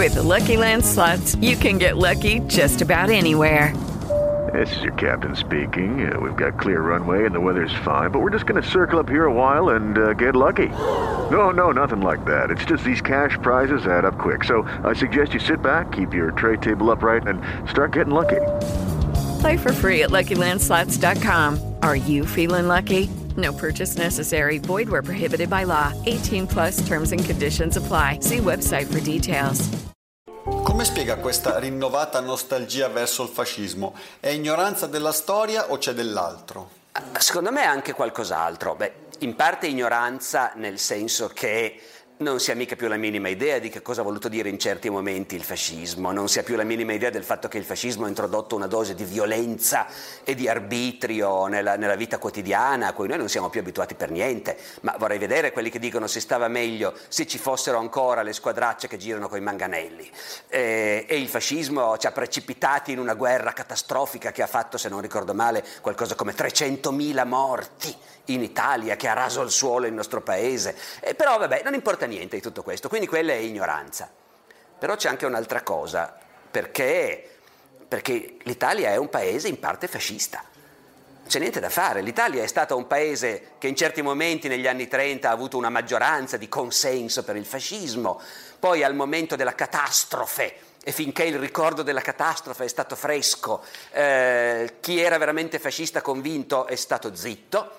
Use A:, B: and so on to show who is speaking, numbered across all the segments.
A: With the Lucky Land Slots, you can get lucky just about anywhere.
B: This is your captain speaking. We've got clear runway and the weather's fine, but we're just going to circle up here a while and get lucky. No, nothing like that. It's just these cash prizes add up quick. So I suggest you sit back, keep your tray table upright, and start getting lucky.
A: Play for free at LuckyLandSlots.com. Are you feeling lucky? No purchase necessary. Void where prohibited by law. 18 plus terms and conditions apply. See website for details.
C: Come spiega questa rinnovata nostalgia verso il fascismo? È ignoranza della storia o c'è dell'altro?
D: Secondo me è anche qualcos'altro. In parte ignoranza, nel senso che non si ha mica più la minima idea di che cosa ha voluto dire in certi momenti il fascismo, non si ha più la minima idea del fatto che il fascismo ha introdotto una dose di violenza e di arbitrio nella vita quotidiana a cui noi non siamo più abituati per niente. Ma vorrei vedere quelli che dicono si stava meglio se ci fossero ancora le squadracce che girano coi manganelli, e il fascismo ci ha precipitati in una guerra catastrofica che ha fatto, se non ricordo male, qualcosa come 300.000 morti in Italia, che ha raso al suolo il nostro paese. Però vabbè, non importa niente di tutto questo, quindi quella è ignoranza. Però c'è anche un'altra cosa, perché l'Italia è un paese in parte fascista. Non c'è niente da fare. L'Italia è stato un paese che in certi momenti negli anni 30 ha avuto una maggioranza di consenso per il fascismo, poi al momento della catastrofe, e finché il ricordo della catastrofe è stato fresco, chi era veramente fascista convinto è stato zitto,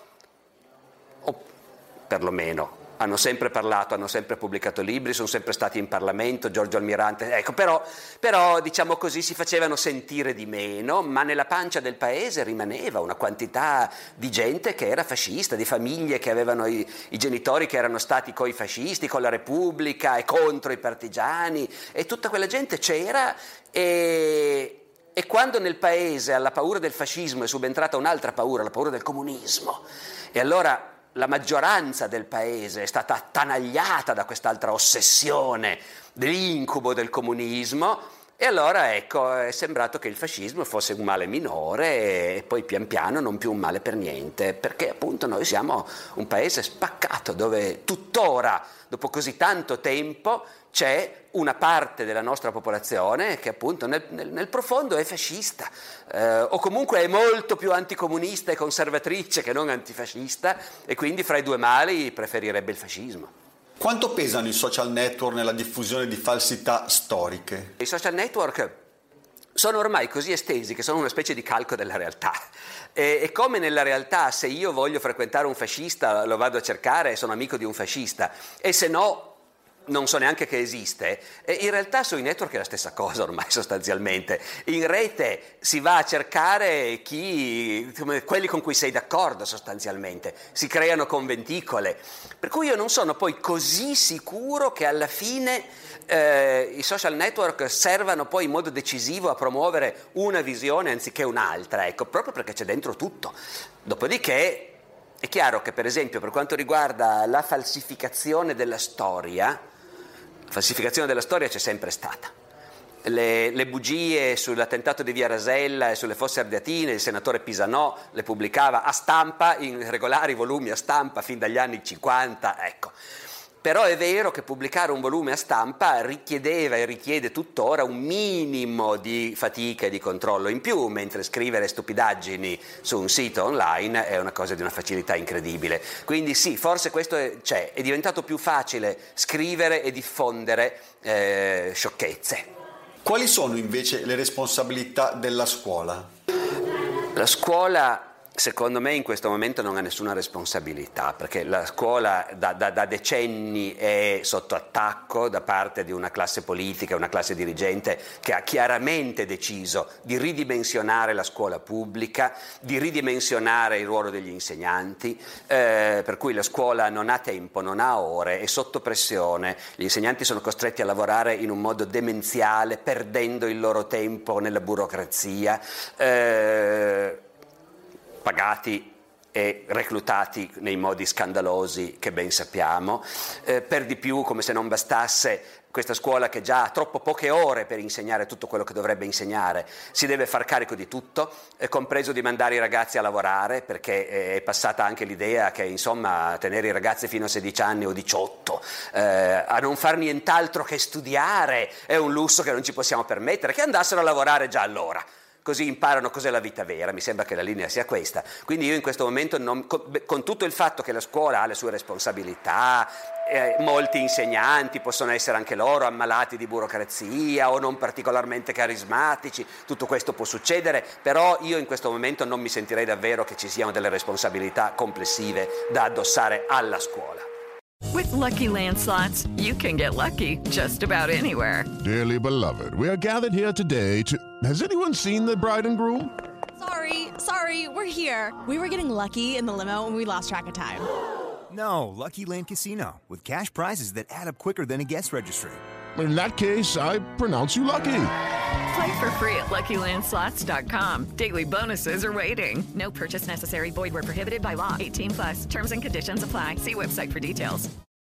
D: o perlomeno hanno sempre parlato, hanno sempre pubblicato libri, sono sempre stati in Parlamento, Giorgio Almirante, ecco, però diciamo così si facevano sentire di meno, ma nella pancia del paese rimaneva una quantità di gente che era fascista, di famiglie che avevano i genitori che erano stati coi fascisti, con la Repubblica e contro i partigiani, e tutta quella gente c'era, e quando nel paese alla paura del fascismo è subentrata un'altra paura, la paura del comunismo, e allora la maggioranza del paese è stata attanagliata da quest'altra ossessione dell'incubo del comunismo, e allora ecco, è sembrato che il fascismo fosse un male minore e poi pian piano non più un male per niente, perché appunto noi siamo un paese spaccato dove tuttora, dopo così tanto tempo, c'è una parte della nostra popolazione che appunto nel profondo è fascista, o comunque è molto più anticomunista e conservatrice che non antifascista, e quindi fra i due mali preferirebbe il fascismo.
C: Quanto pesano i social network nella diffusione di falsità storiche?
D: I social network sono ormai così estesi che sono una specie di calco della realtà. E come nella realtà, se io voglio frequentare un fascista lo vado a cercare e sono amico di un fascista, e se no non so neanche che esiste, in realtà sui network è la stessa cosa ormai sostanzialmente. In rete si va a cercare quelli con cui sei d'accordo sostanzialmente, si creano conventicole, per cui io non sono poi così sicuro che alla fine i social network servano poi in modo decisivo a promuovere una visione anziché un'altra, ecco, proprio perché c'è dentro tutto. Dopodiché è chiaro che, per esempio, per quanto riguarda la falsificazione della storia c'è sempre stata. Le bugie sull'attentato di Via Rasella e sulle Fosse Ardeatine, il senatore Pisanò le pubblicava a stampa, in regolari volumi a stampa fin dagli anni 50, ecco. Però è vero che pubblicare un volume a stampa richiedeva e richiede tuttora un minimo di fatica e di controllo in più, mentre scrivere stupidaggini su un sito online è una cosa di una facilità incredibile. Quindi sì, forse questo è diventato più facile scrivere e diffondere sciocchezze.
C: Quali sono invece le responsabilità della scuola?
D: La scuola, secondo me, in questo momento non ha nessuna responsabilità, perché la scuola da decenni è sotto attacco da parte di una classe politica, una classe dirigente che ha chiaramente deciso di ridimensionare la scuola pubblica, di ridimensionare il ruolo degli insegnanti, per cui la scuola non ha tempo, non ha ore, è sotto pressione, gli insegnanti sono costretti a lavorare in un modo demenziale, perdendo il loro tempo nella burocrazia, pagati e reclutati nei modi scandalosi che ben sappiamo. Per di più, come se non bastasse, questa scuola che già ha troppo poche ore per insegnare tutto quello che dovrebbe insegnare, si deve far carico di tutto, compreso di mandare i ragazzi a lavorare, perché è passata anche l'idea che insomma tenere i ragazzi fino a 16 anni o 18 a non far nient'altro che studiare è un lusso che non ci possiamo permettere, che andassero a lavorare già allora. Così imparano cos'è la vita vera, mi sembra che la linea sia questa. Quindi io in questo momento, con tutto il fatto che la scuola ha le sue responsabilità, molti insegnanti possono essere anche loro ammalati di burocrazia o non particolarmente carismatici, tutto questo può succedere, però io in questo momento non mi sentirei davvero che ci siano delle responsabilità complessive da addossare alla scuola.
A: With Lucky Land Slots, you can get lucky just about anywhere.
E: Dearly beloved, we are gathered here today to... Has anyone seen the bride and groom?
F: Sorry, we're here. We were getting lucky in the limo and we lost track of time.
G: No, Lucky Land Casino, with cash prizes that add up quicker than a guest registry.
E: In that case, I pronounce you lucky.
A: Play for free at LuckyLandSlots.com. Daily bonuses are waiting. No purchase necessary. Void where prohibited by law. 18+. Terms and conditions apply. See website for details.